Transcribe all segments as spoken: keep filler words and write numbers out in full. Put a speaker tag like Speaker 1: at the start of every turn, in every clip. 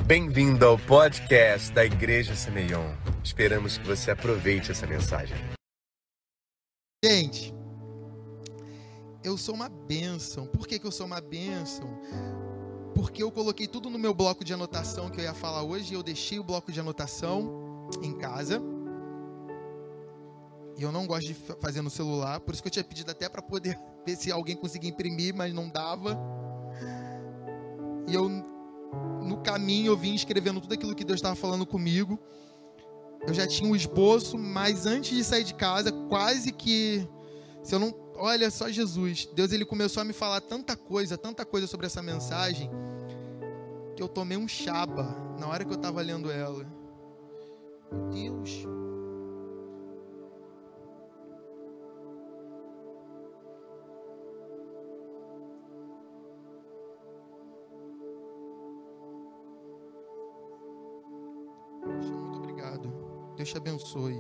Speaker 1: Bem-vindo ao podcast da Igreja Semeion. Esperamos que você aproveite essa mensagem.
Speaker 2: Gente, eu sou uma bênção. Por que que eu sou uma bênção? Porque eu coloquei tudo no meu bloco de anotação que eu ia falar hoje e eu deixei o bloco de anotação em casa. E eu não gosto de fazer no celular, por isso que eu tinha pedido até para poder ver se alguém conseguia imprimir, mas não dava. E eu, no caminho, eu vim escrevendo tudo aquilo que Deus estava falando comigo. Eu já tinha um esboço, mas antes de sair de casa, quase que, se eu não, olha só Jesus, Deus ele começou a me falar tanta coisa, tanta coisa sobre essa mensagem, que eu tomei um chaba na hora que eu estava lendo ela. Meu Deus. Muito obrigado. Deus te abençoe.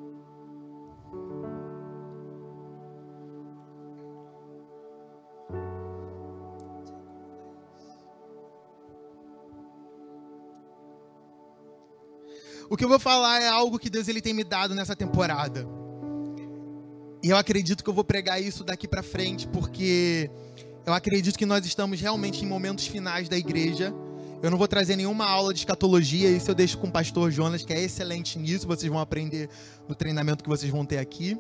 Speaker 2: O que eu vou falar é algo que Deus ele tem me dado nessa temporada. E eu acredito que eu vou pregar isso daqui pra frente, porque eu acredito que nós estamos realmente em momentos finais da igreja. Eu não vou trazer nenhuma aula de escatologia, isso eu deixo com o pastor Jonas, que é excelente nisso, vocês vão aprender no treinamento que vocês vão ter aqui.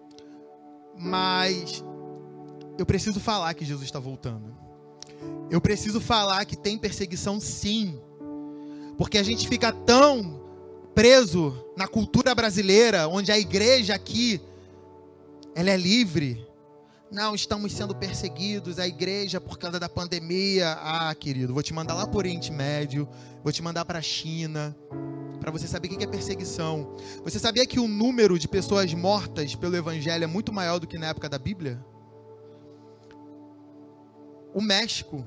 Speaker 2: Mas eu preciso falar que Jesus está voltando. Eu preciso falar que tem perseguição sim, porque a gente fica tão preso na cultura brasileira, onde a igreja aqui, ela é livre. Não, estamos sendo perseguidos, a igreja, por causa da pandemia. Ah, querido, vou te mandar lá para o Oriente Médio, vou te mandar para a China, para você saber o que é perseguição. Você sabia que o número de pessoas mortas pelo Evangelho é muito maior do que na época da Bíblia? O México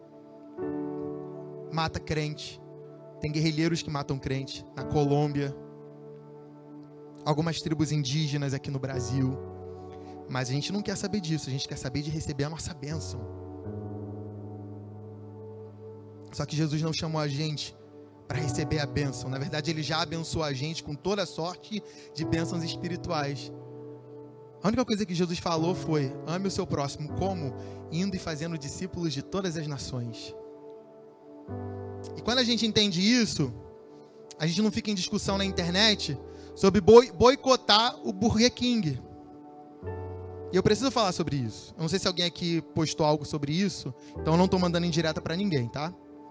Speaker 2: mata crente, tem guerrilheiros que matam crente, na Colômbia, algumas tribos indígenas aqui no Brasil. Mas a gente não quer saber disso, a gente quer saber de receber a nossa bênção. Só que Jesus não chamou a gente para receber a bênção. Na verdade, Ele já abençoou a gente com toda sorte de bênçãos espirituais. A única coisa que Jesus falou foi: ame o seu próximo. Como? Indo e fazendo discípulos de todas as nações. E quando a gente entende isso, a gente não fica em discussão na internet sobre boi- boicotar o Burger King. E eu preciso falar sobre isso. Eu não sei se alguém aqui postou algo sobre isso, então eu não estou mandando indireta para ninguém, tá?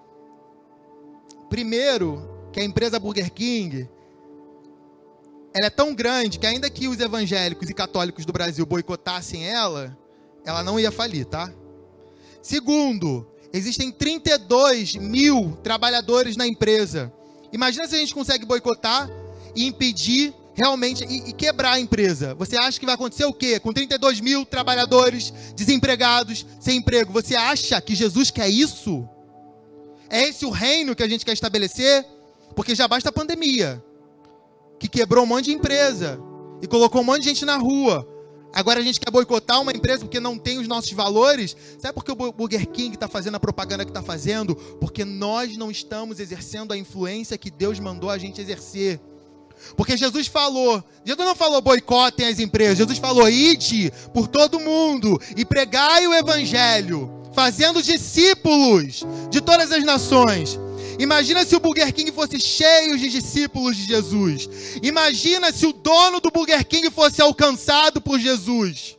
Speaker 2: Primeiro, que a empresa Burger King, ela é tão grande que ainda que os evangélicos e católicos do Brasil boicotassem ela, ela não ia falir, tá? Segundo, existem trinta e dois mil trabalhadores na empresa. Imagina se a gente consegue boicotar e impedir realmente, e, e quebrar a empresa. Você acha que vai acontecer o quê? Com trinta e dois mil trabalhadores desempregados, sem emprego. Você acha que Jesus quer isso? É esse o reino que a gente quer estabelecer? Porque já basta a pandemia, que quebrou um monte de empresa e colocou um monte de gente na rua. Agora a gente quer boicotar uma empresa porque não tem os nossos valores. Sabe por que o Burger King está fazendo a propaganda que está fazendo? Porque nós não estamos exercendo a influência que Deus mandou a gente exercer. Porque Jesus falou, Jesus não falou boicotem as empresas, Jesus falou: ide por todo mundo e pregai o evangelho, fazendo discípulos de todas as nações. Imagina se o Burger King fosse cheio de discípulos de Jesus. Imagina se o dono do Burger King fosse alcançado por Jesus.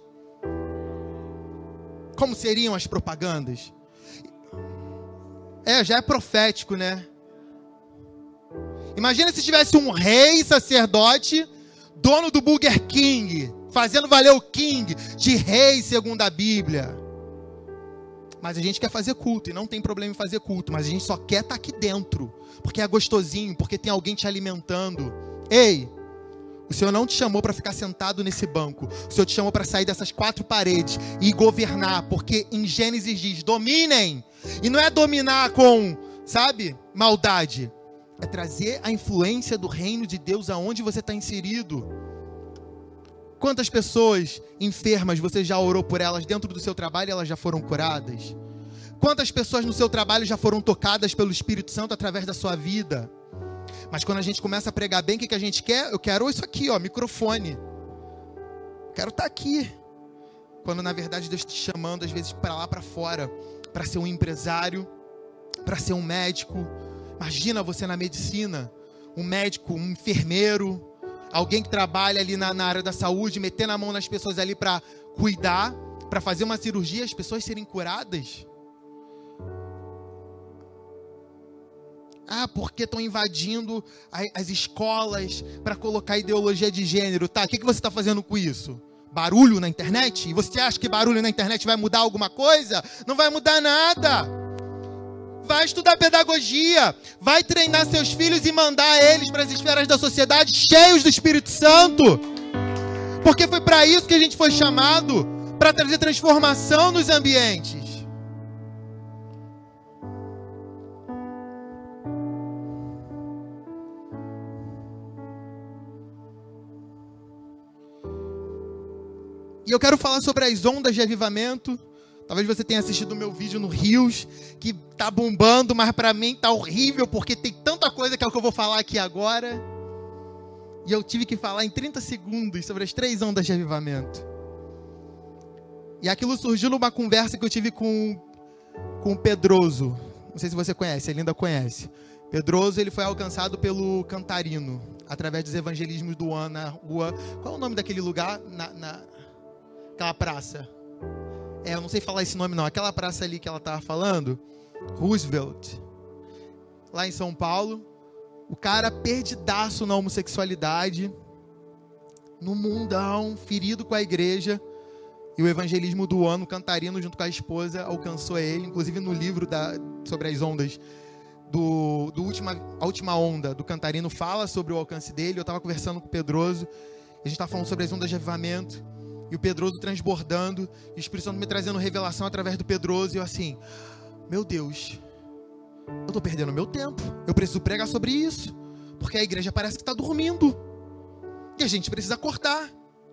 Speaker 2: Como seriam as propagandas? É, já é profético, né? Imagina se tivesse um rei sacerdote, dono do Burger King, fazendo valer o King de rei segundo a Bíblia. Mas a gente quer fazer culto, e não tem problema em fazer culto, mas a gente só quer estar aqui dentro, porque é gostosinho, porque tem alguém te alimentando. Ei, o Senhor não te chamou para ficar sentado nesse banco, o Senhor te chamou para sair dessas quatro paredes e governar, porque em Gênesis diz: dominem, e não é dominar com, sabe, maldade. É trazer a influência do reino de Deus aonde você está inserido. Quantas pessoas enfermas você já orou por elas dentro do seu trabalho e elas já foram curadas? Quantas pessoas no seu trabalho já foram tocadas pelo Espírito Santo através da sua vida? Mas quando a gente começa a pregar bem, o que, que a gente quer? Eu quero isso aqui, ó, microfone. Quero estar aqui. Quando na verdade Deus te chamando às vezes para lá para fora, para ser um empresário, para ser um médico. Imagina você na medicina, um médico, um enfermeiro, alguém que trabalha ali na, na área da saúde, metendo a mão nas pessoas ali para cuidar, para fazer uma cirurgia, as pessoas serem curadas. Ah, porque estão invadindo as escolas para colocar ideologia de gênero. Tá, o que, que você está fazendo com isso? Barulho na internet? E você acha que barulho na internet vai mudar alguma coisa? Não vai mudar nada. Vai estudar pedagogia. Vai treinar seus filhos e mandar eles para as esferas da sociedade cheios do Espírito Santo. Porque foi para isso que a gente foi chamado, para trazer transformação nos ambientes. E eu quero falar sobre as ondas de avivamento. Talvez você tenha assistido o meu vídeo no Rios, que tá bombando, mas para mim tá horrível, porque tem tanta coisa que é o que eu vou falar aqui agora. E eu tive que falar em trinta segundos sobre as três ondas de avivamento. E aquilo surgiu numa conversa que eu tive com, com o Pedroso. Não sei se você conhece, a Linda conhece. Pedroso, ele foi alcançado pelo Cantarino, através dos evangelismos do ano na rua. Qual é o nome daquele lugar? Na... na Aquela praça. É, eu não sei falar esse nome não. Aquela praça ali que ela estava falando. Roosevelt. Lá em São Paulo. O cara perdidaço na homossexualidade. No mundão. Ferido com a igreja. E o evangelismo do ano, Cantarino, junto com a esposa, alcançou ele. Inclusive no livro da, sobre as ondas. Do, do última, a última onda do Cantarino fala sobre o alcance dele. Eu estava conversando com o Pedroso. A gente estava falando sobre as ondas de avivamento. E o Pedroso transbordando, e o Espírito Santo me trazendo revelação através do Pedroso, e eu assim, meu Deus, eu estou perdendo meu tempo, eu preciso pregar sobre isso, porque a igreja parece que está dormindo, e a gente precisa acordar.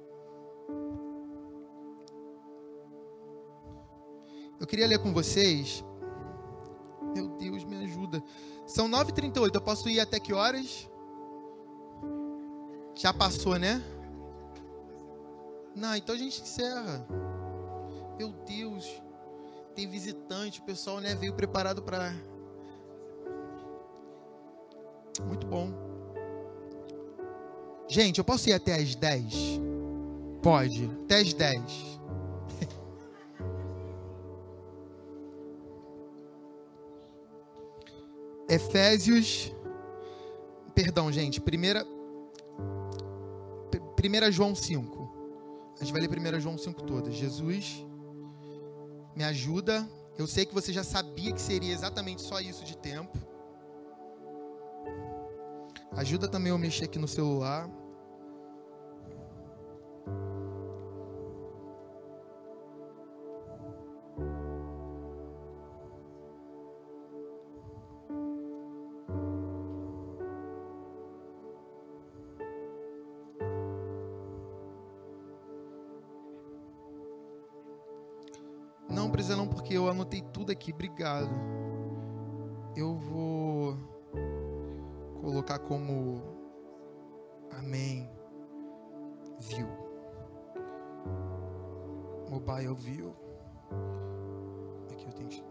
Speaker 2: Eu queria ler com vocês, meu Deus, me ajuda, são nove e trinta e oito, eu posso ir até que horas? Já passou, né? Não, então a gente encerra. Meu Deus, tem visitante, o pessoal, né, veio preparado para... Muito bom. Gente, eu posso ir até às dez? Pode, até às dez. Efésios, perdão, gente, primeira, primeira João cinco. A gente vai ler primeira João cinco todas. Jesus, me ajuda. Eu sei que você já sabia que seria exatamente só isso de tempo. Ajuda também eu mexer aqui no celular. Não precisa não, porque eu anotei tudo aqui. Obrigado. Eu vou colocar como Amém View. Mobile View. Aqui eu tenho que...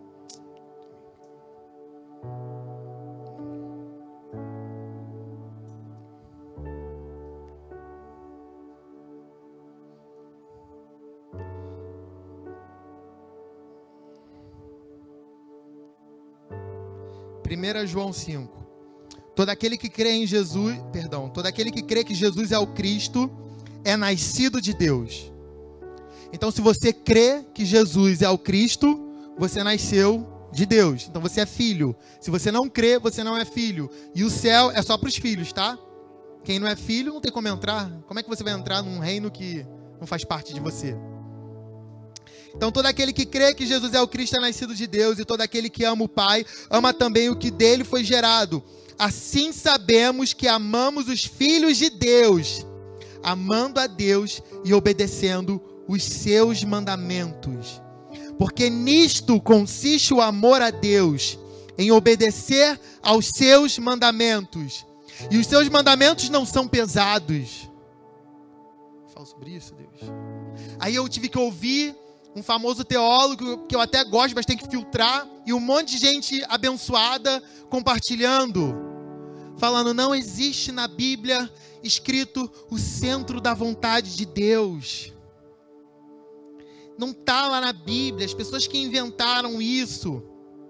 Speaker 2: primeira João cinco. Todo aquele que crê em Jesus, perdão, todo aquele que crê que Jesus é o Cristo, é nascido de Deus. Então, se você crê que Jesus é o Cristo, você nasceu de Deus. Então, você é filho. Se você não crê, você não é filho. E o céu é só para os filhos, tá? Quem não é filho, não tem como entrar. Como é que você vai entrar num reino que não faz parte de você? Então, todo aquele que crê que Jesus é o Cristo é nascido de Deus, e todo aquele que ama o Pai, ama também o que dele foi gerado. Assim sabemos que amamos os filhos de Deus, amando a Deus e obedecendo os seus mandamentos. Porque nisto consiste o amor a Deus, em obedecer aos seus mandamentos. E os seus mandamentos não são pesados. Fala sobre isso, Deus. Aí eu tive que ouvir um famoso teólogo, que eu até gosto, mas tem que filtrar, e um monte de gente abençoada compartilhando, falando, não existe na Bíblia escrito o centro da vontade de Deus. Não está lá na Bíblia, as pessoas que inventaram isso.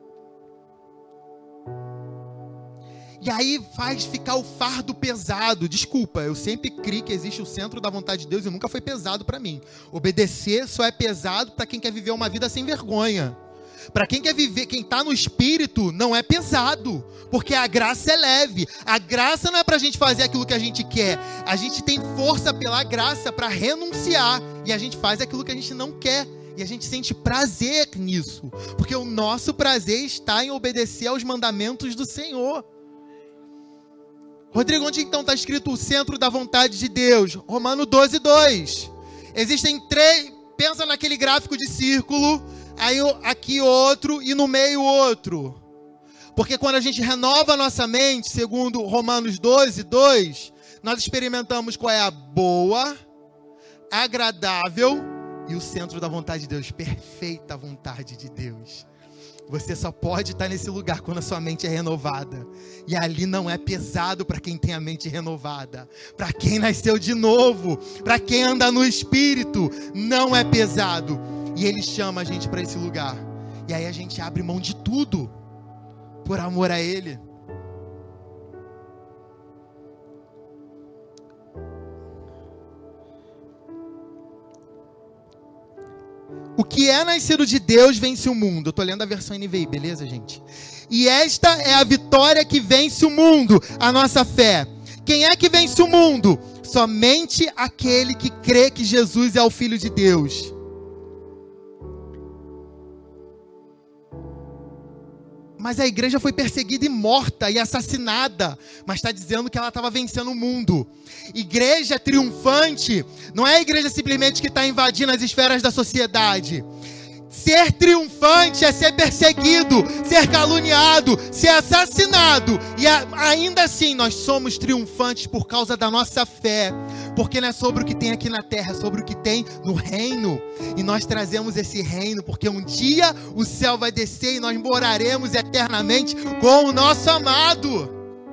Speaker 2: E aí faz ficar o fardo pesado. Desculpa, eu sempre criei que existe o centro da vontade de Deus e nunca foi pesado para mim. Obedecer só é pesado para quem quer viver uma vida sem vergonha. Para quem quer viver, quem está no Espírito, não é pesado, porque a graça é leve. A graça não é para a gente fazer aquilo que a gente quer. A gente tem força pela graça para renunciar, e a gente faz aquilo que a gente não quer. E a gente sente prazer nisso, porque o nosso prazer está em obedecer aos mandamentos do Senhor. Rodrigo, onde então está escrito o centro da vontade de Deus? Romanos doze, dois. Existem três, pensa naquele gráfico de círculo, aí aqui outro e no meio outro. Porque quando a gente renova a nossa mente, segundo Romanos doze, dois, nós experimentamos qual é a boa, agradável e o centro da vontade de Deus, perfeita vontade de Deus. Você só pode estar nesse lugar quando a sua mente é renovada. E ali não é pesado para quem tem a mente renovada. Para quem nasceu de novo, para quem anda no Espírito, não é pesado. E Ele chama a gente para esse lugar. E aí a gente abre mão de tudo por amor a Ele. O que é nascido de Deus vence o mundo. Eu estou lendo a versão N V I, beleza, gente? E esta é a vitória que vence o mundo, a nossa fé. Quem é que vence o mundo? Somente aquele que crê que Jesus é o Filho de Deus. Mas a igreja foi perseguida e morta e assassinada. Mas está dizendo que ela estava vencendo o mundo. Igreja triunfante não é a igreja simplesmente que está invadindo as esferas da sociedade. Ser triunfante é ser perseguido, ser caluniado, ser assassinado. E a, ainda assim nós somos triunfantes por causa da nossa fé. Porque não é sobre o que tem aqui na terra, é sobre o que tem no reino. E nós trazemos esse reino, porque um dia o céu vai descer e nós moraremos eternamente com o nosso amado.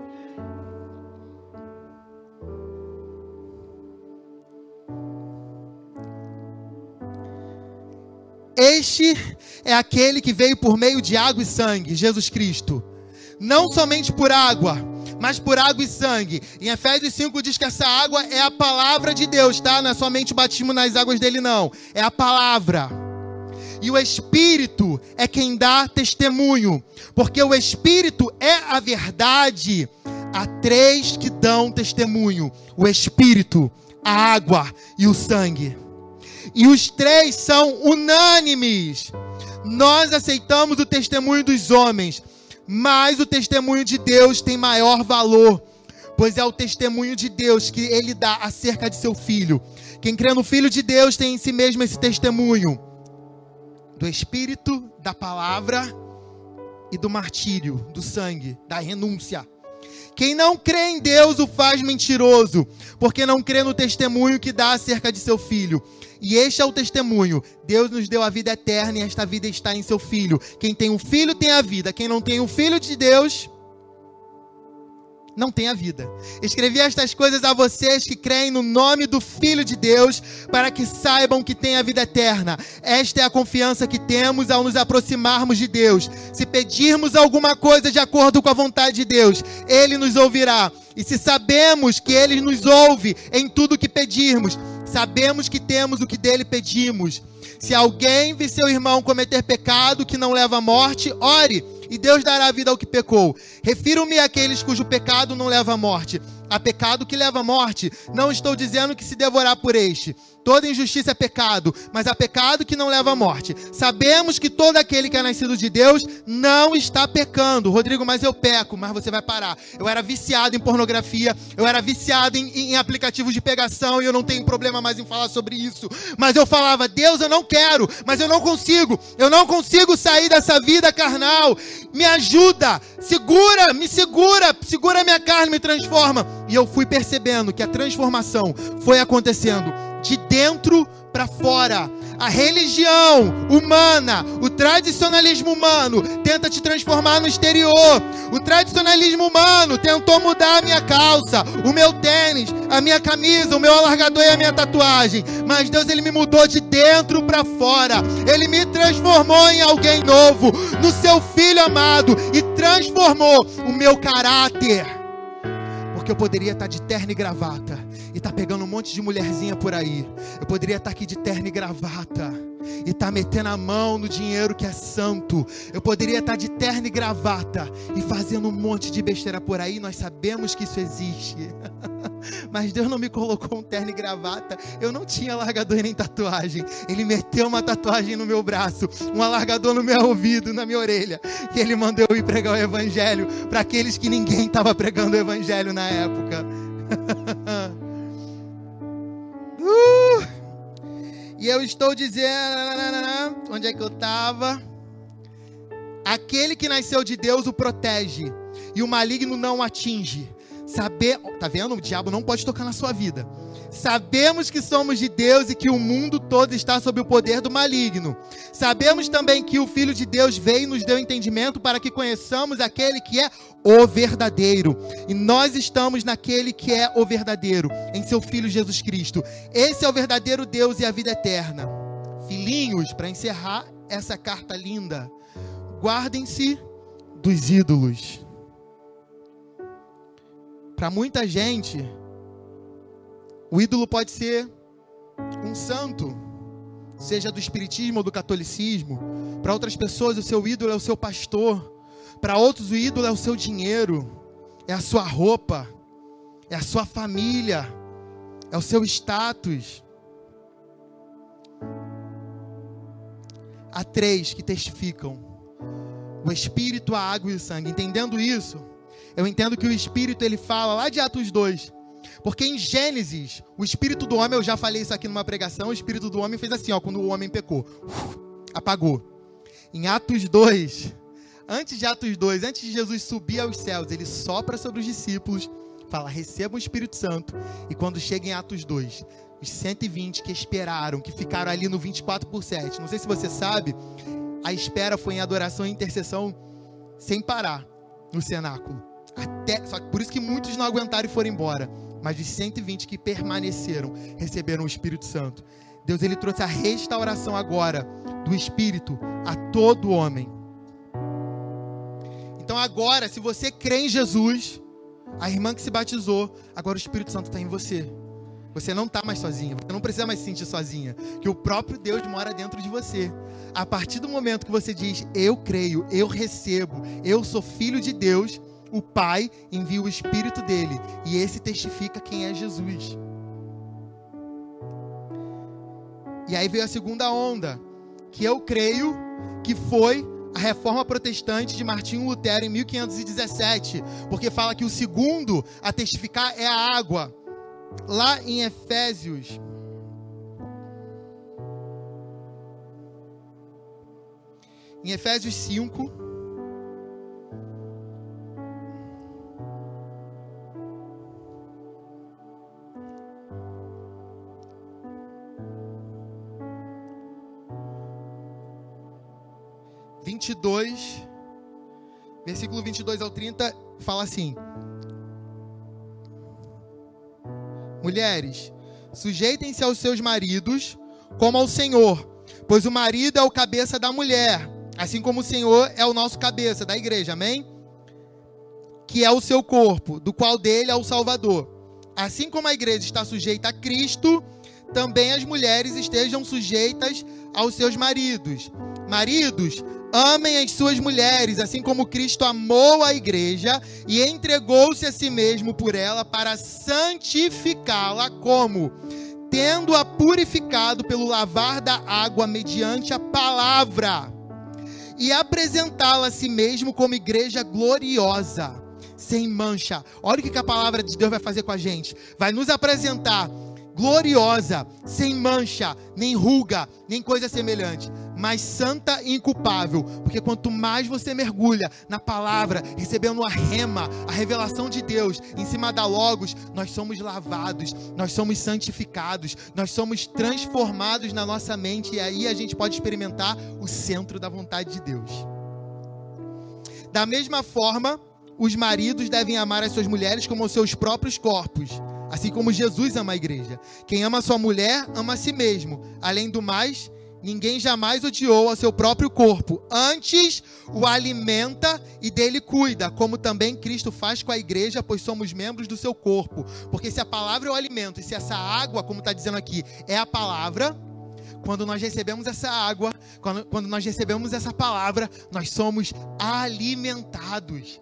Speaker 2: Este é aquele que veio por meio de água e sangue, Jesus Cristo. Não somente por água, mas por água e sangue. Em Efésios cinco diz que essa água é a palavra de Deus, tá? Não é somente o batismo nas águas dele, não. É a palavra. E o Espírito é quem dá testemunho. Porque o Espírito é a verdade. Há três que dão testemunho: o Espírito, a água e o sangue. E os três são unânimes. Nós aceitamos o testemunho dos homens, mas o testemunho de Deus tem maior valor, pois é o testemunho de Deus que Ele dá acerca de seu Filho. Quem crê no Filho de Deus tem em si mesmo esse testemunho do Espírito, da palavra e do martírio, do sangue, da renúncia. Quem não crê em Deus o faz mentiroso, porque não crê no testemunho que dá acerca de seu Filho. E este é o testemunho: Deus nos deu a vida eterna e esta vida está em seu Filho. Quem tem o Filho tem a vida. Quem não tem o Filho de Deus não tem a vida. Escrevi estas coisas a vocês que creem no nome do Filho de Deus, para que saibam que têm a vida eterna. Esta é a confiança que temos ao nos aproximarmos de Deus. Se pedirmos alguma coisa de acordo com a vontade de Deus, Ele nos ouvirá. E se sabemos que Ele nos ouve em tudo o que pedirmos, sabemos que temos o que dele pedimos. Se alguém vê seu irmão cometer pecado que não leva à morte, ore, e Deus dará vida ao que pecou. Refiro-me àqueles cujo pecado não leva à morte. Há pecado que leva à morte. Não estou dizendo que se devorar por este. Toda injustiça é pecado, mas há pecado que não leva à morte. Sabemos que todo aquele que é nascido de Deus não está pecando. Rodrigo, mas eu peco. Mas você vai parar. Eu era viciado em pornografia, eu era viciado em, em, em aplicativos de pegação, e eu não tenho problema mais em falar sobre isso. Mas eu falava, Deus, eu não quero, mas eu não consigo. Eu não consigo sair dessa vida carnal. Me ajuda, segura, me segura, segura a minha carne, me transforma. E eu fui percebendo que a transformação foi acontecendo de dentro para fora. A religião humana, o tradicionalismo humano tenta te transformar no exterior. O tradicionalismo humano tentou mudar a minha calça, o meu tênis, a minha camisa, o meu alargador e a minha tatuagem. Mas Deus, Ele me mudou de dentro para fora. Ele me transformou em alguém novo, no seu Filho amado, e transformou o meu caráter. Porque eu poderia estar de terno e gravata e estar pegando um monte de mulherzinha por aí. Eu poderia estar aqui de terno e gravata e estar metendo a mão no dinheiro que é santo. Eu poderia estar de terno e gravata e fazendo um monte de besteira por aí. Nós sabemos que isso existe. Mas Deus não me colocou um terno e gravata. Eu não tinha alargador nem tatuagem. Ele meteu uma tatuagem no meu braço, um alargador no meu ouvido, na minha orelha. E Ele mandou eu ir pregar o evangelho para aqueles que ninguém estava pregando o evangelho na época. uh! E eu estou dizendo... Onde é que eu estava? Aquele que nasceu de Deus o protege, e o maligno não o atinge. Saber, tá vendo? O diabo não pode tocar na sua vida. Sabemos que somos de Deus e que o mundo todo está sob o poder do maligno. Sabemos também que o Filho de Deus veio e nos deu entendimento para que conheçamos aquele que é o verdadeiro. E nós estamos naquele que é o verdadeiro, em seu Filho Jesus Cristo. Esse é o verdadeiro Deus e a vida eterna. Filhinhos, para encerrar essa carta linda, guardem-se dos ídolos. Para muita gente, o ídolo pode ser um santo, seja do espiritismo ou do catolicismo. Para outras pessoas, o seu ídolo é o seu pastor. Para outros, o ídolo é o seu dinheiro, é a sua roupa, é a sua família, é o seu status. Há três que testificam: o Espírito, a água e o sangue. Entendendo isso, eu entendo que o Espírito, ele fala lá de Atos dois. Porque em Gênesis, o Espírito do homem, eu já falei isso aqui numa pregação, o Espírito do homem fez assim, ó, quando o homem pecou. Uf, apagou. Em Atos dois, antes de Atos dois, antes de Jesus subir aos céus, ele sopra sobre os discípulos, fala, recebam o Espírito Santo. E quando chega em Atos dois, os cento e vinte que esperaram, que ficaram ali no vinte e quatro por sete, não sei se você sabe, a espera foi em adoração e intercessão sem parar no cenáculo. Até, só que por isso que muitos não aguentaram e foram embora. Mas os cento e vinte que permaneceram, receberam o Espírito Santo. Deus, ele trouxe a restauração agora do Espírito a todo homem. Então agora, se você crê em Jesus, a irmã que se batizou, agora o Espírito Santo está em você. Você não está mais sozinha, você não precisa mais se sentir sozinha, que o próprio Deus mora dentro de você. A partir do momento que você diz, eu creio, eu recebo, eu sou filho de Deus, o Pai envia o Espírito dele, e esse testifica quem é Jesus. E aí veio a segunda onda, que eu creio que foi a reforma protestante de Martinho Lutero em mil quinhentos e dezessete, porque fala que o segundo a testificar é a água. Lá em Efésios, em Efésios cinco, vinte e dois, versículo vinte e dois ao trinta, fala assim: mulheres, sujeitem-se aos seus maridos como ao Senhor, pois o marido é o cabeça da mulher, assim como o Senhor é o nosso cabeça da igreja, amém? Que é o seu corpo, do qual dele é o Salvador. Assim como a igreja está sujeita a Cristo, também as mulheres estejam sujeitas aos seus maridos. Maridos, Amem as suas mulheres, assim como Cristo amou a igreja e entregou-se a si mesmo por ela para santificá-la, como? Tendo-a purificado pelo lavar da água mediante a palavra, e apresentá-la a si mesmo como igreja gloriosa, sem mancha. Olha o que a palavra de Deus vai fazer com a gente. Vai nos apresentar gloriosa, sem mancha, nem ruga, nem coisa semelhante, mas santa e inculpável. Porque quanto mais você mergulha na palavra, recebendo a rema, a revelação de Deus, em cima da Logos, nós somos lavados, nós somos santificados, nós somos transformados na nossa mente, e aí a gente pode experimentar o centro da vontade de Deus. Da mesma forma, os maridos devem amar as suas mulheres como os seus próprios corpos, assim como Jesus ama a igreja. Quem ama sua mulher, ama a si mesmo. Além do mais, ninguém jamais odiou ao seu próprio corpo. Antes, o alimenta e dele cuida, como também Cristo faz com a igreja, pois somos membros do seu corpo. Porque se a palavra é o alimento, e se essa água, como está dizendo aqui, é a palavra, quando nós recebemos essa água, quando, quando nós recebemos essa palavra, nós somos alimentados.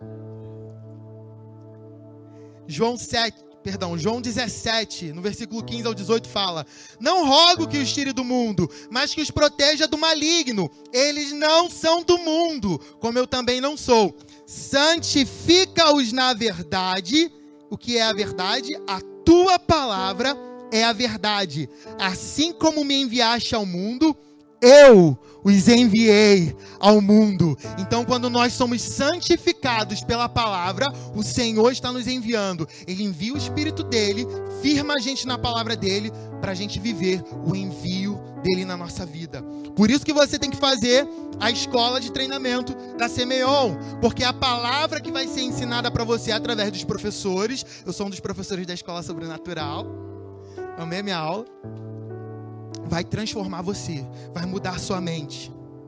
Speaker 2: João sete, Perdão, João dezessete, no versículo quinze ao dezoito fala: não rogo que os tire do mundo, mas que os proteja do maligno. Eles não são do mundo, como eu também não sou. Santifica-os na verdade. O que é a verdade? A tua palavra é a verdade. Assim como me enviaste ao mundo, eu os enviei ao mundo. Então, quando nós somos santificados pela palavra, o Senhor está nos enviando. Ele envia o Espírito dele, firma a gente na palavra dele, para a gente viver o envio dele na nossa vida. Por isso que você tem que fazer a escola de treinamento da Semeion, porque a palavra que vai ser ensinada para você através dos professores, eu sou um dos professores da Escola Sobrenatural, amei minha aula, vai transformar você, vai mudar a sua mente.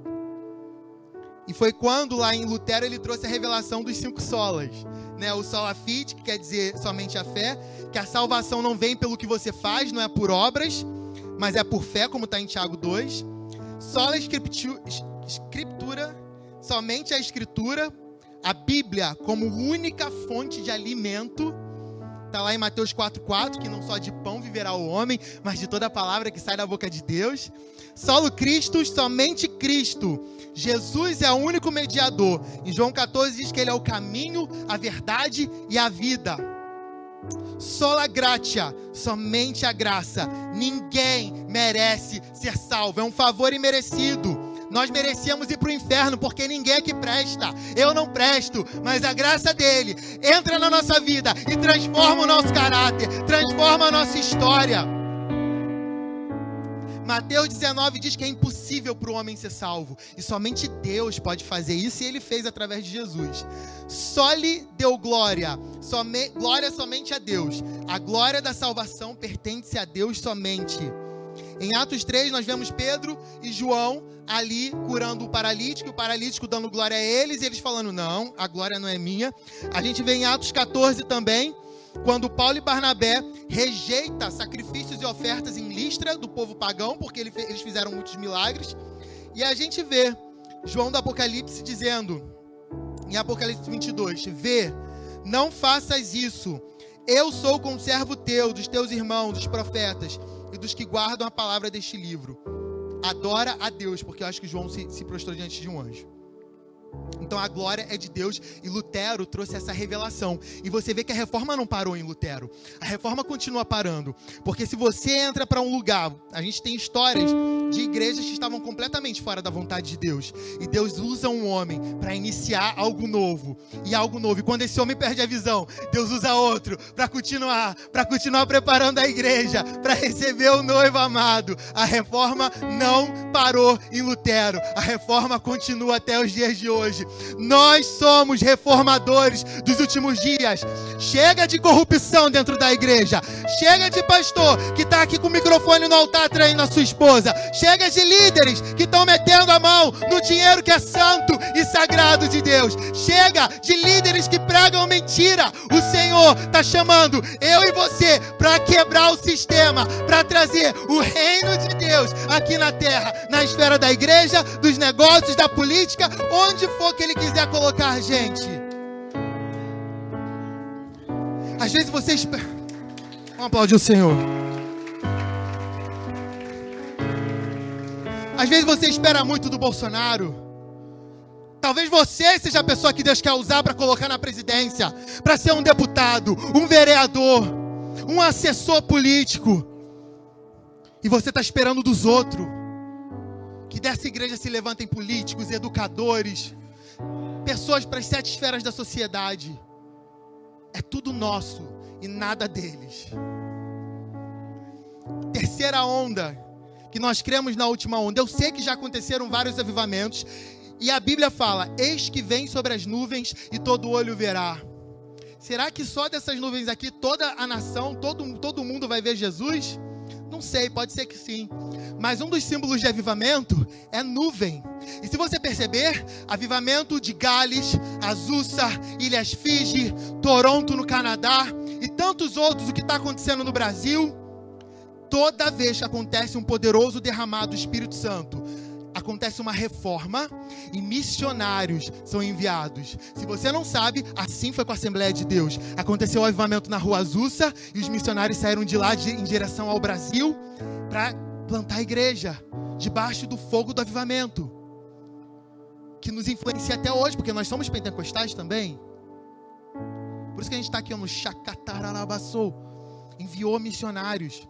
Speaker 2: E foi quando lá em Lutero ele trouxe a revelação dos cinco solas, né? O sola fide, que quer dizer somente a fé, que a salvação não vem pelo que você faz, não é por obras, mas é por fé, como está em Tiago dois. Sola escritura, somente a escritura, a Bíblia como única fonte de alimento. Está lá em Mateus quatro, quatro, que não só de pão viverá o homem, mas de toda a palavra que sai da boca de Deus. Solo Cristo, somente Cristo. Jesus é o único mediador. Em João quatorze diz que ele é o caminho, a verdade e a vida. Sola gratia, somente a graça. Ninguém merece ser salvo, é um favor imerecido. Nós merecíamos ir para o inferno, porque ninguém aqui presta. Eu não presto, mas a graça dele entra na nossa vida e transforma o nosso caráter, transforma a nossa história. Mateus dezenove diz que é impossível para o homem ser salvo, e somente Deus pode fazer isso, e ele fez através de Jesus. Só lhe deu glória, some, glória somente a Deus. A glória da salvação pertence a Deus somente. Em Atos três nós vemos Pedro e João ali curando o paralítico, o paralítico dando glória a eles, e eles falando: não, a glória não é minha. A gente vê em Atos quatorze também, quando Paulo e Barnabé rejeita sacrifícios e ofertas em Listra do povo pagão, porque eles fizeram muitos milagres. E a gente vê João do Apocalipse dizendo, em Apocalipse vinte e dois, vê, não faças isso, eu sou conservo teu, dos teus irmãos, dos profetas e dos que guardam a palavra deste livro. Adora a Deus, porque eu acho que João se, se prostrou diante de um anjo. Então a glória é de Deus, e Lutero trouxe essa revelação. E você vê que a reforma não parou em Lutero, a reforma continua parando. Porque se você entra para um lugar, a gente tem histórias de igrejas que estavam completamente fora da vontade de Deus, e Deus usa um homem para iniciar algo novo, e algo novo, e quando esse homem perde a visão, Deus usa outro para continuar, para continuar preparando a igreja, para receber o noivo amado. A reforma não parou em Lutero, a reforma continua até os dias de hoje. Nós somos reformadores dos últimos dias. Chega de corrupção dentro da igreja. Chega de pastor que está aqui com o microfone no altar traindo a sua esposa. Chega de líderes que estão metendo a mão no dinheiro que é santo e sagrado de Deus. Chega de líderes que pregam mentira. O Senhor está chamando eu e você para quebrar o sistema, para trazer o reino de Deus aqui na terra, na esfera da igreja, dos negócios, da política, onde for que Ele quiser colocar a gente. Às vezes você espera... Vamos aplaudir o Senhor. Às vezes você espera muito do Bolsonaro. Talvez você seja a pessoa que Deus quer usar para colocar na presidência, para ser um deputado, um vereador, um assessor político. E você está esperando dos outros. Que dessa igreja se levantem políticos, educadores, pessoas para as sete esferas da sociedade. É tudo nosso e nada deles. Terceira onda, que nós cremos na última onda. Eu sei que já aconteceram vários avivamentos, e a Bíblia fala, eis que vem sobre as nuvens e todo olho verá. Será que só dessas nuvens aqui, toda a nação, todo, todo mundo vai ver Jesus? Não sei, pode ser que sim. Mas um dos símbolos de avivamento é nuvem. E se você perceber, avivamento de Gales, Azusa, Ilhas Fiji, Toronto no Canadá e tantos outros, o que está acontecendo no Brasil, toda vez que acontece um poderoso derramado do Espírito Santo, acontece uma reforma e missionários são enviados. Se você não sabe, assim foi com a Assembleia de Deus. Aconteceu o avivamento na Rua Azusa e os missionários saíram de lá de, em direção ao Brasil para plantar a igreja debaixo do fogo do avivamento, que nos influencia até hoje, porque nós somos pentecostais também. Por isso que a gente está aqui no Chacataralabaçou. Enviou missionários.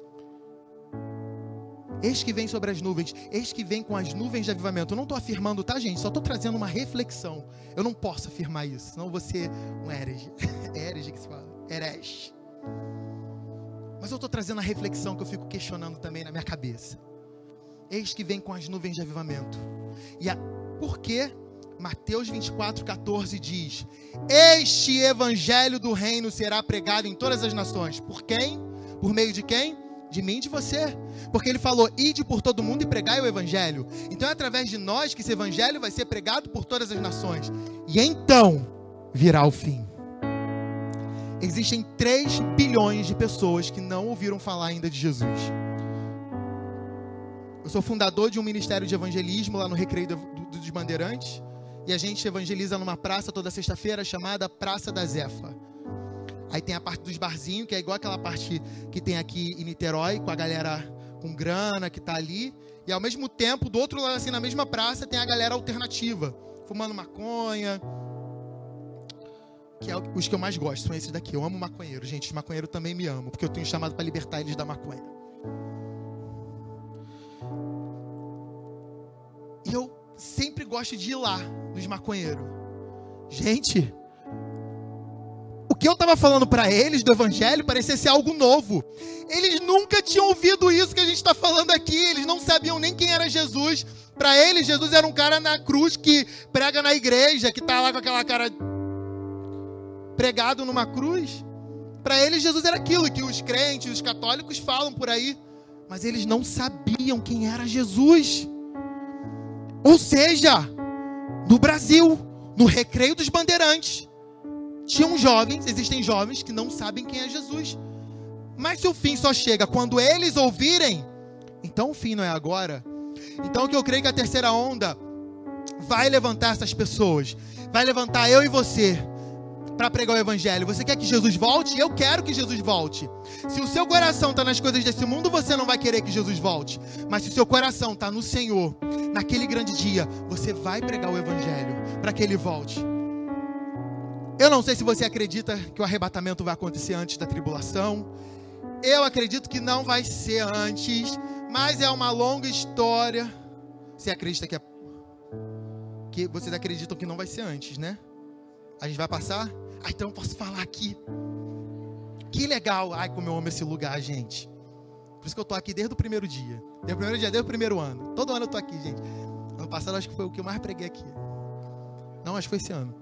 Speaker 2: Eis que vem sobre as nuvens, eis que vem com as nuvens de avivamento. Eu não estou afirmando, tá, gente? Só estou trazendo uma reflexão. Eu não posso afirmar isso, senão eu vou ser um herege. Herege que se fala, herege. Mas eu estou trazendo a reflexão que eu fico questionando também na minha cabeça. Eis que vem com as nuvens de avivamento. E a, por que Mateus vinte e quatro, catorze diz: este evangelho do reino será pregado em todas as nações. Por quem? Por meio de quem? De mim e de você. Porque ele falou, ide por todo mundo e pregai o evangelho. Então é através de nós que esse evangelho vai ser pregado por todas as nações. E então virá o fim. Existem três bilhões de pessoas que não ouviram falar ainda de Jesus. Eu sou fundador de um ministério de evangelismo lá no Recreio do, do, dos Bandeirantes. E a gente evangeliza numa praça toda sexta-feira chamada Praça da Zefa. Aí tem a parte dos barzinhos, que é igual aquela parte que tem aqui em Niterói, com a galera com grana que tá ali. E ao mesmo tempo, do outro lado, assim, na mesma praça, tem a galera alternativa, fumando maconha. Que é os que eu mais gosto, são esses daqui. Eu amo maconheiro, gente. Os maconheiros também me amam, porque eu tenho chamado para libertar eles da maconha. E eu sempre gosto de ir lá, nos maconheiros. Gente... o que eu estava falando para eles do evangelho parecia ser algo novo. Eles nunca tinham ouvido isso que a gente está falando aqui. Eles não sabiam nem quem era Jesus. Para eles, Jesus era um cara na cruz que prega na igreja, que está lá com aquela cara pregado numa cruz. Para eles, Jesus era aquilo que os crentes, os católicos falam por aí. Mas eles não sabiam quem era Jesus. Ou seja, no Brasil, no Recreio dos Bandeirantes, tinham jovens, existem jovens que não sabem quem é Jesus. Mas se o fim só chega quando eles ouvirem, então o fim não é agora. Então o que eu creio que a terceira onda vai levantar essas pessoas, vai levantar eu e você para pregar o evangelho. Você quer que Jesus volte? Eu quero que Jesus volte. Se o seu coração está nas coisas desse mundo, você não vai querer que Jesus volte. Mas se o seu coração está no Senhor, naquele grande dia, você vai pregar o evangelho para que Ele volte. Eu não sei se você acredita que o arrebatamento vai acontecer antes da tribulação. Eu acredito que não vai ser antes, mas é uma longa história. Você acredita que é... que vocês acreditam que não vai ser antes, né? A gente vai passar? Ah, então eu posso falar aqui. Que legal. Ai, como eu amo esse lugar, gente. Por isso que eu tô aqui desde o primeiro dia. Desde o primeiro dia, desde o primeiro ano. Todo ano eu tô aqui, gente. Ano passado acho que foi o que eu mais preguei aqui. Não, acho que foi esse ano.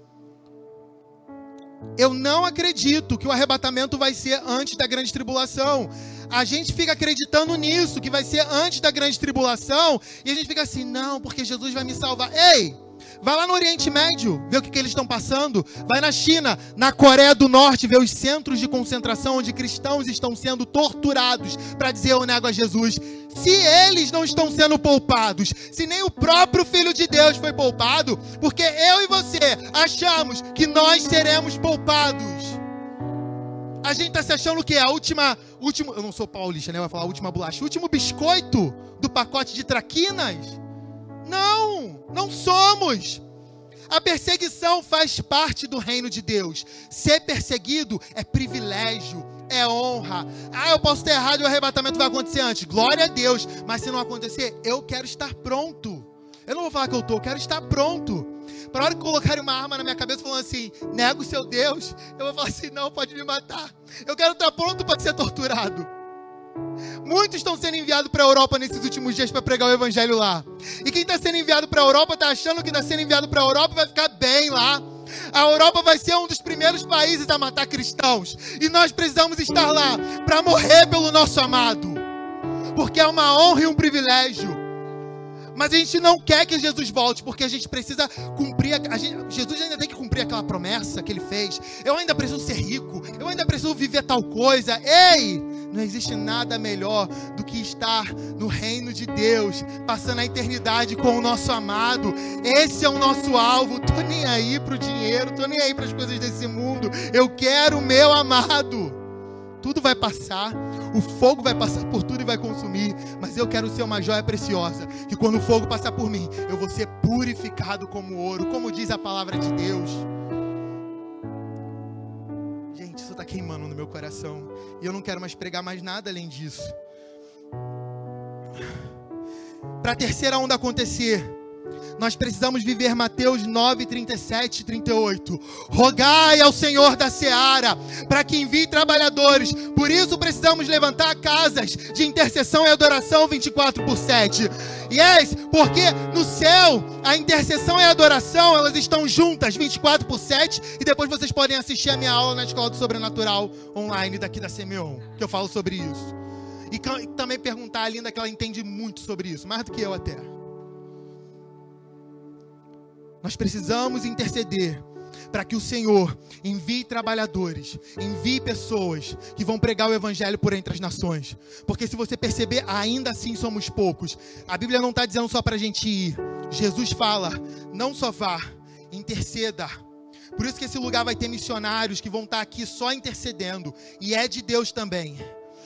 Speaker 2: Eu não acredito que o arrebatamento vai ser antes da grande tribulação. A gente fica acreditando nisso, que vai ser antes da grande tribulação, e a gente fica assim, não, porque Jesus vai me salvar. Ei, Vai lá no Oriente Médio, vê o que, que eles estão passando. Vai na China, na Coreia do Norte, vê os centros de concentração onde cristãos estão sendo torturados para dizer eu nego a Jesus. Se eles não estão sendo poupados, se nem o próprio Filho de Deus foi poupado, porque eu e você achamos que nós seremos poupados. A gente está se achando o quê? A última, último, eu não sou paulista, né? Eu vou falar a última bolacha. O último biscoito do pacote de traquinas? Não, não somos. A perseguição faz parte do reino de Deus. Ser perseguido é privilégio, é honra. Ah, eu posso estar errado e o arrebatamento vai acontecer antes. Glória a Deus. Mas se não acontecer, eu quero estar pronto. Eu não vou falar que eu estou, eu quero estar pronto. Para a hora que colocarem uma arma na minha cabeça falando assim, nega o seu Deus, eu vou falar assim, não, pode me matar. Eu quero estar pronto para ser torturado. Muitos estão sendo enviados para a Europa nesses últimos dias para pregar o evangelho lá. E quem está sendo enviado para a Europa está achando que está sendo enviado para a Europa vai ficar bem lá. A Europa vai ser um dos primeiros países a matar cristãos. E nós precisamos estar lá para morrer pelo nosso amado. Porque é uma honra e um privilégio. Mas a gente não quer que Jesus volte, porque a gente precisa cumprir, a gente, Jesus ainda tem que cumprir aquela promessa que ele fez. Eu ainda preciso ser rico, eu ainda preciso viver tal coisa. Ei, não existe nada melhor do que estar no reino de Deus, passando a eternidade com o nosso amado. Esse é o nosso alvo. Tô nem aí pro dinheiro, tô nem aí para as coisas desse mundo. Eu quero o meu amado. Tudo vai passar, o fogo vai passar por tudo e vai consumir, mas eu quero ser uma joia preciosa, que quando o fogo passar por mim, eu vou ser purificado como ouro, como diz a palavra de Deus. Gente, isso está queimando no meu coração, e eu não quero mais pregar mais nada além disso. Para a terceira onda acontecer, nós precisamos viver Mateus nove, trinta e sete e trinta e oito. Rogai ao Senhor da seara, para que envie trabalhadores. Por isso precisamos levantar casas de intercessão e adoração vinte e quatro por sete. Yes, porque no céu, a intercessão e a adoração, elas estão juntas vinte e quatro por sete. E depois vocês podem assistir a minha aula na Escola do Sobrenatural online daqui da Semeon, que eu falo sobre isso. E também perguntar a Linda, que ela entende muito sobre isso, mais do que eu até. Nós precisamos interceder para que o Senhor envie trabalhadores, envie pessoas que vão pregar o evangelho por entre as nações. Porque se você perceber, ainda assim somos poucos. A Bíblia não está dizendo só para a gente ir. Jesus fala, não só vá, interceda. Por isso que esse lugar vai ter missionários que vão estar aqui só intercedendo. E é de Deus também.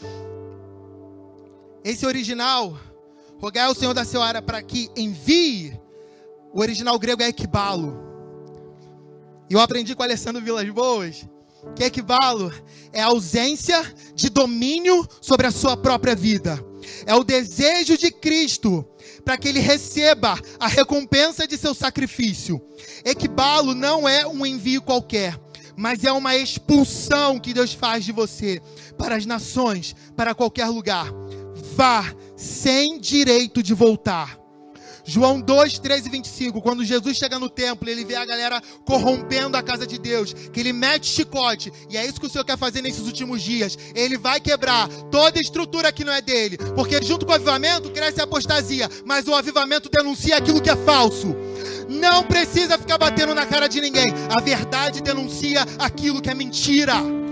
Speaker 2: Esse original, rogai ao Senhor da seara para que envie. O original grego é ekbalo. E eu aprendi com o Alessandro Vilas Boas que ekbalo é a ausência de domínio sobre a sua própria vida. É o desejo de Cristo para que ele receba a recompensa de seu sacrifício. Ekbalo não é um envio qualquer, mas é uma expulsão que Deus faz de você para as nações, para qualquer lugar. Vá sem direito de voltar. João dois, treze e vinte e cinco, quando Jesus chega no templo, ele vê a galera corrompendo a casa de Deus, que ele mete chicote, e é isso que o Senhor quer fazer nesses últimos dias. Ele vai quebrar toda a estrutura que não é dele, porque junto com o avivamento cresce a apostasia, mas o avivamento denuncia aquilo que é falso. Não precisa ficar batendo na cara de ninguém, a verdade denuncia aquilo que é mentira.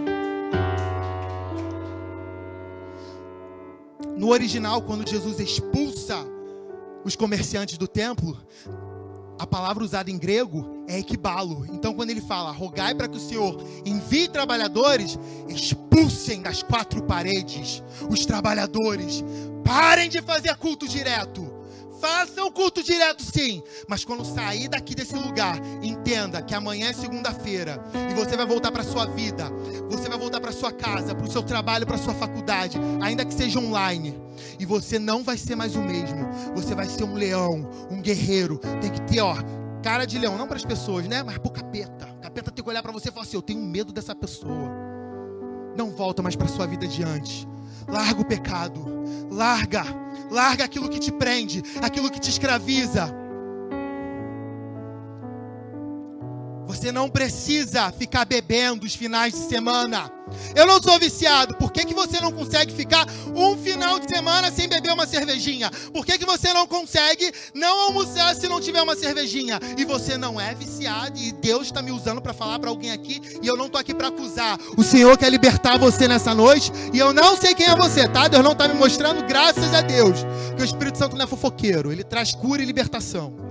Speaker 2: No original, quando Jesus expulsa os comerciantes do templo, a palavra usada em grego é ekbalo. Então quando ele fala, rogai para que o Senhor envie trabalhadores, expulsem das quatro paredes os trabalhadores. Parem de fazer culto direto. Façam culto direto sim, mas quando sair daqui desse lugar, entenda que amanhã é segunda-feira e você vai voltar para a sua vida, você vai voltar para a sua casa, para o seu trabalho, para a sua faculdade, ainda que seja online, e você não vai ser mais o mesmo. Você vai ser um leão, um guerreiro. Tem que ter, ó, cara de leão, não para as pessoas, né, mas para o capeta. O capeta tem que olhar para você e falar assim, eu tenho medo dessa pessoa. Não volta mais para a sua vida adiante. Larga o pecado, larga, larga aquilo que te prende, aquilo que te escraviza. Você não precisa ficar bebendo os finais de semana. Eu não sou viciado. Por que que você não consegue ficar um final de semana sem beber uma cervejinha? Por que que você não consegue não almoçar se não tiver uma cervejinha? E você não é viciado, e Deus está me usando para falar para alguém aqui, e eu não estou aqui para acusar. O Senhor quer libertar você nessa noite, e eu não sei quem é você, tá? Deus não está me mostrando, graças a Deus, que o Espírito Santo não é fofoqueiro. Ele traz cura e libertação.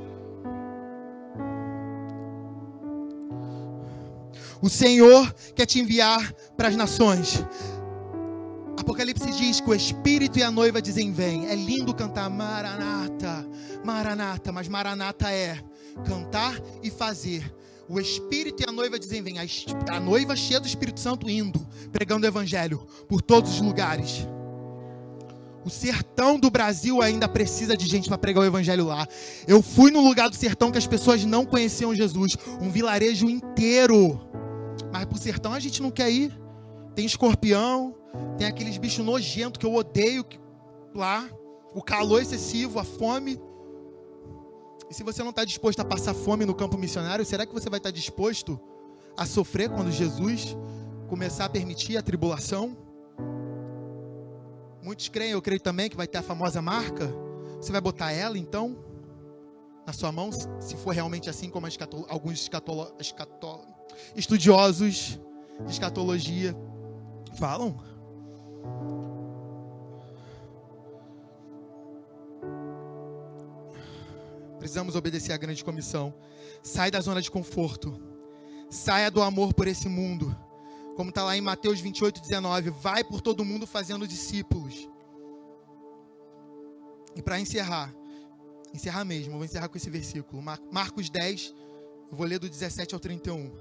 Speaker 2: O Senhor quer te enviar para as nações. Apocalipse diz que o Espírito e a noiva dizem vem. É lindo cantar Maranata, Maranata, mas Maranata é cantar e fazer. O Espírito e a noiva dizem vem. A noiva cheia do Espírito Santo indo, pregando o Evangelho por todos os lugares. O sertão do Brasil ainda precisa de gente para pregar o Evangelho lá. Eu fui no lugar do sertão que as pessoas não conheciam Jesus. Um vilarejo inteiro. Mas pro sertão a gente não quer ir. Tem escorpião, tem aqueles bichos nojentos que eu odeio lá, o calor excessivo, a fome. E se você não está disposto a passar fome no campo missionário, será que você vai estar disposto a sofrer quando Jesus começar a permitir a tribulação? Muitos creem, eu creio também, que vai ter a famosa marca. Você vai botar ela então na sua mão, se for realmente assim como escatolo, alguns escatolo, escatolo, estudiosos de escatologia falam. Precisamos obedecer à grande comissão. Sai da zona de conforto. Saia do amor por esse mundo. Como está lá em Mateus vinte e oito, dezenove. Vai por todo mundo fazendo discípulos. E para encerrar, encerrar mesmo, vou encerrar com esse versículo. Marcos dez, eu vou ler do dezessete ao trinta e um.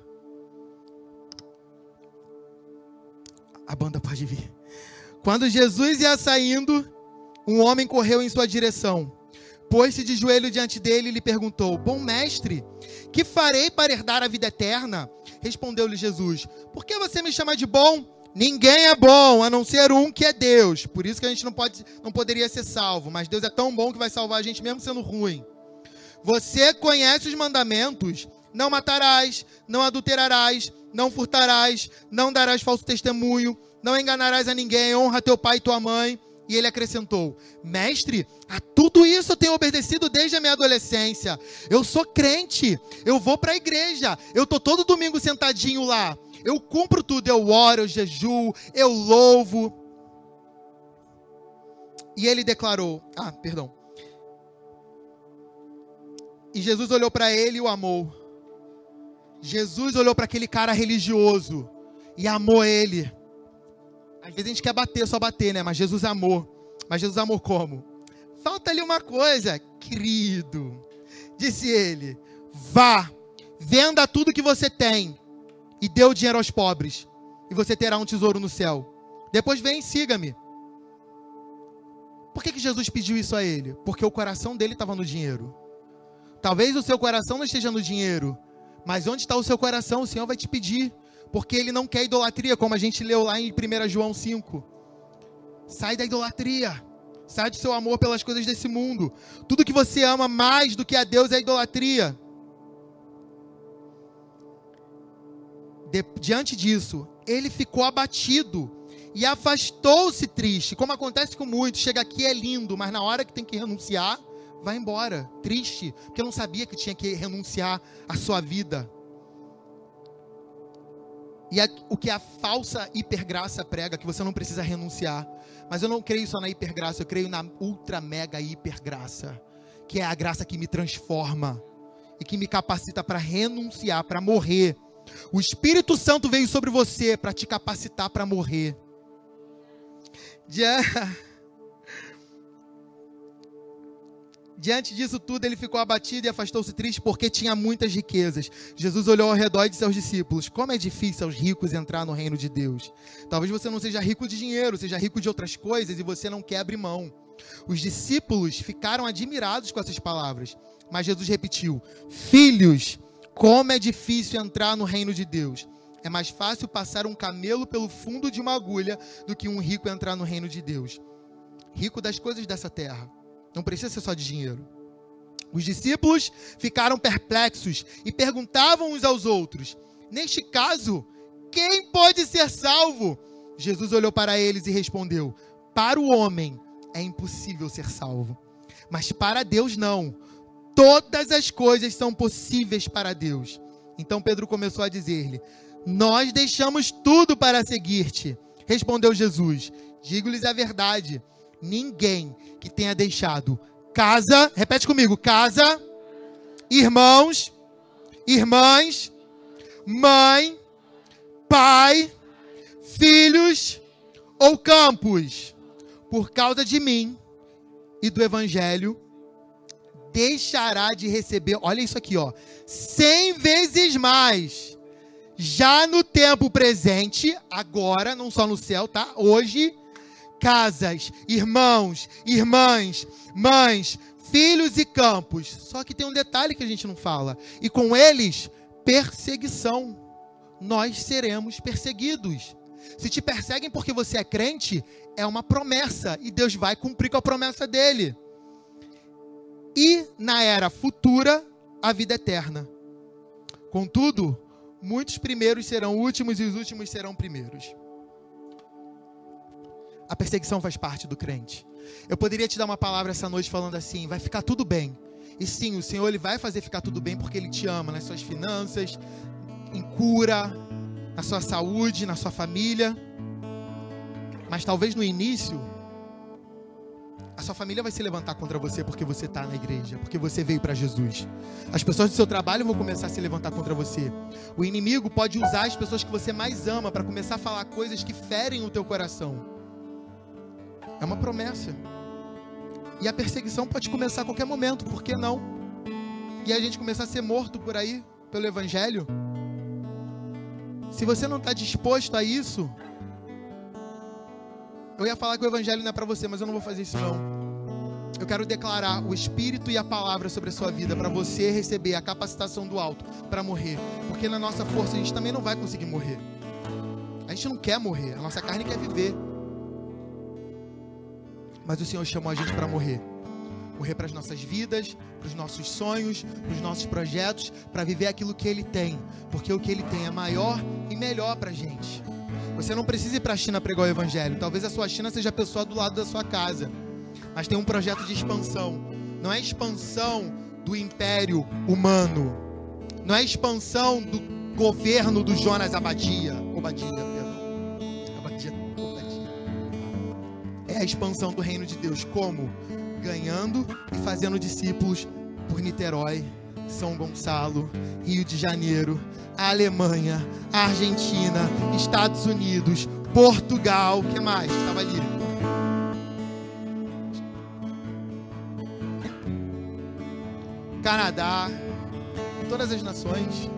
Speaker 2: A banda pode vir. Quando Jesus ia saindo, um homem correu em sua direção. Pôs-se de joelho diante dele e lhe perguntou: bom mestre, que farei para herdar a vida eterna? Respondeu-lhe Jesus: por que você me chama de bom? Ninguém é bom, a não ser um que é Deus. Por isso que a gente não, pode, não poderia ser salvo. Mas Deus é tão bom que vai salvar a gente mesmo sendo ruim. Você conhece os mandamentos: não matarás, não adulterarás, não furtarás, não darás falso testemunho, não enganarás a ninguém, honra teu pai e tua mãe. E ele acrescentou: mestre, a tudo isso eu tenho obedecido desde a minha adolescência. Eu sou crente, eu vou para a igreja, eu estou todo domingo sentadinho lá. Eu cumpro tudo, eu oro, eu jejuo, eu louvo. E ele declarou, ah, perdão. E Jesus olhou para ele e o amou. Jesus olhou para aquele cara religioso e amou ele. Às vezes a gente quer bater, só bater, né? Mas Jesus amou. Mas Jesus amou como? Falta ali uma coisa, querido. Disse ele: vá, venda tudo que você tem e dê o dinheiro aos pobres, e você terá um tesouro no céu. Depois vem e siga-me. Por que que Jesus pediu isso a ele? Porque o coração dele estava no dinheiro. Talvez o seu coração não esteja no dinheiro, mas onde está o seu coração, o Senhor vai te pedir. Porque ele não quer idolatria, como a gente leu lá em primeiro João cinco. Sai da idolatria. Sai do seu amor pelas coisas desse mundo. Tudo que você ama mais do que a Deus é idolatria. De, diante disso, ele ficou abatido e afastou-se triste. Como acontece com muitos, chega aqui é lindo, mas na hora que tem que renunciar, vai embora, triste, porque não sabia que tinha que renunciar à sua vida. E a, o que a falsa hipergraça prega, que você não precisa renunciar. Mas eu não creio só na hipergraça, eu creio na ultra mega hipergraça, que é a graça que me transforma e que me capacita para renunciar, para morrer. O Espírito Santo veio sobre você para te capacitar para morrer. Diante disso tudo, ele ficou abatido e afastou-se triste porque tinha muitas riquezas. Jesus olhou ao redor e disse aos discípulos: como é difícil aos ricos entrar no reino de Deus. Talvez você não seja rico de dinheiro, seja rico de outras coisas e você não quer abrir mão. Os discípulos ficaram admirados com essas palavras. Mas Jesus repetiu: filhos, como é difícil entrar no reino de Deus. É mais fácil passar um camelo pelo fundo de uma agulha do que um rico entrar no reino de Deus. Rico das coisas dessa terra. Não precisa ser só de dinheiro. Os discípulos ficaram perplexos e perguntavam uns aos outros: neste caso, quem pode ser salvo? Jesus olhou para eles e respondeu: para o homem é impossível ser salvo, mas para Deus não. Todas as coisas são possíveis para Deus. Então Pedro começou a dizer-lhe: nós deixamos tudo para seguir-te. Respondeu Jesus: digo-lhes a verdade, ninguém que tenha deixado casa, repete comigo, casa, irmãos, irmãs, mãe, pai, filhos ou campos, por causa de mim e do evangelho, deixará de receber, olha isso aqui, ó, cem vezes mais, já no tempo presente, agora, não só no céu, tá? Hoje, casas, irmãos, irmãs, mães, filhos e campos. Só que tem um detalhe que a gente não fala. E com eles, perseguição. Nós seremos perseguidos. Se te perseguem porque você é crente, é uma promessa. E Deus vai cumprir com a promessa dele. E na era futura, a vida eterna. Contudo, muitos primeiros serão últimos e os últimos serão primeiros. A perseguição faz parte do crente. Eu poderia te dar uma palavra essa noite falando assim: vai ficar tudo bem. E sim, o Senhor ele vai fazer ficar tudo bem porque Ele te ama nas suas finanças, em cura, na sua saúde, na sua família. Mas talvez no início, a sua família vai se levantar contra você porque você está na igreja, porque você veio para Jesus. As pessoas do seu trabalho vão começar a se levantar contra você. O inimigo pode usar as pessoas que você mais ama para começar a falar coisas que ferem o teu coração. É uma promessa. E a perseguição pode começar a qualquer momento, por que não? E a gente começar a ser morto por aí, pelo evangelho. Se você não está disposto a isso, eu ia falar que o evangelho não é para você, mas eu não vou fazer isso não. Eu quero declarar o Espírito e a palavra sobre a sua vida, para você receber a capacitação do alto, para morrer. Porque na nossa força a gente também não vai conseguir morrer. A gente não quer morrer, a nossa carne quer viver. Mas o Senhor chamou a gente para morrer. Morrer para as nossas vidas, para os nossos sonhos, para os nossos projetos, para viver aquilo que Ele tem. Porque o que Ele tem é maior e melhor para a gente. Você não precisa ir para a China pregar o Evangelho. Talvez a sua China seja a pessoa do lado da sua casa. Mas tem um projeto de expansão. Não é expansão do império humano. Não é expansão do governo do Jonas Abadia. Obadia, perdão. Abadia, Obadia. É a expansão do reino de Deus. Como? Ganhando e fazendo discípulos por Niterói, São Gonçalo, Rio de Janeiro, a Alemanha, a Argentina, Estados Unidos, Portugal, o que mais? Estava ali. Canadá, todas as nações.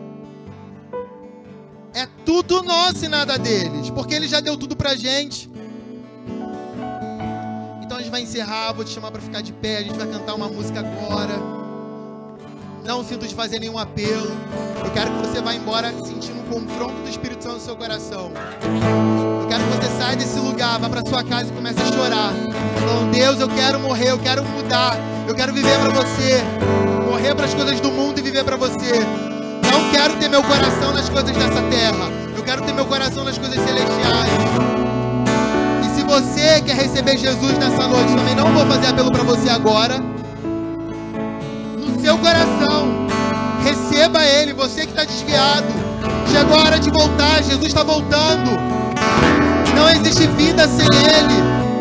Speaker 2: É tudo nosso e nada deles, porque Ele já deu tudo pra gente. Então a gente vai encerrar, vou te chamar para ficar de pé, a gente vai cantar uma música agora. Não sinto de fazer nenhum apelo. Eu quero que você vá embora sentindo um confronto do Espírito Santo no seu coração. Eu quero que você saia desse lugar, vá para sua casa e comece a chorar, falando: Deus, eu quero morrer, eu quero mudar, eu quero viver para você, morrer para as coisas do mundo e viver para você. Não quero ter meu coração nas coisas dessa terra, eu quero ter meu coração nas coisas celestiais. Se você quer receber Jesus nessa noite, também não vou fazer apelo para você agora. No seu coração, receba Ele. Você que está desviado, chegou a hora de voltar. Jesus está voltando. Não existe vida sem Ele.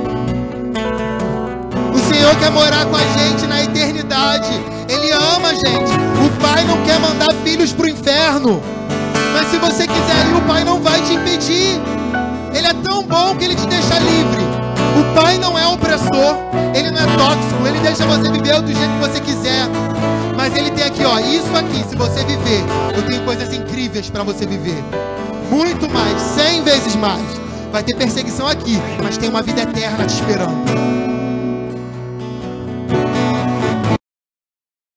Speaker 2: O Senhor quer morar com a gente na eternidade. Ele ama a gente. O Pai não quer mandar filhos para o inferno, mas se você quiser ir, o Pai não vai te impedir. Ele é tão bom que Ele te deixa livre. O Pai não é opressor, Ele não é tóxico, Ele deixa você viver do jeito que você quiser. Mas Ele tem aqui, ó, isso aqui, se você viver, eu tenho coisas incríveis para você viver. Muito mais, cem vezes mais. Vai ter perseguição aqui, mas tem uma vida eterna te esperando.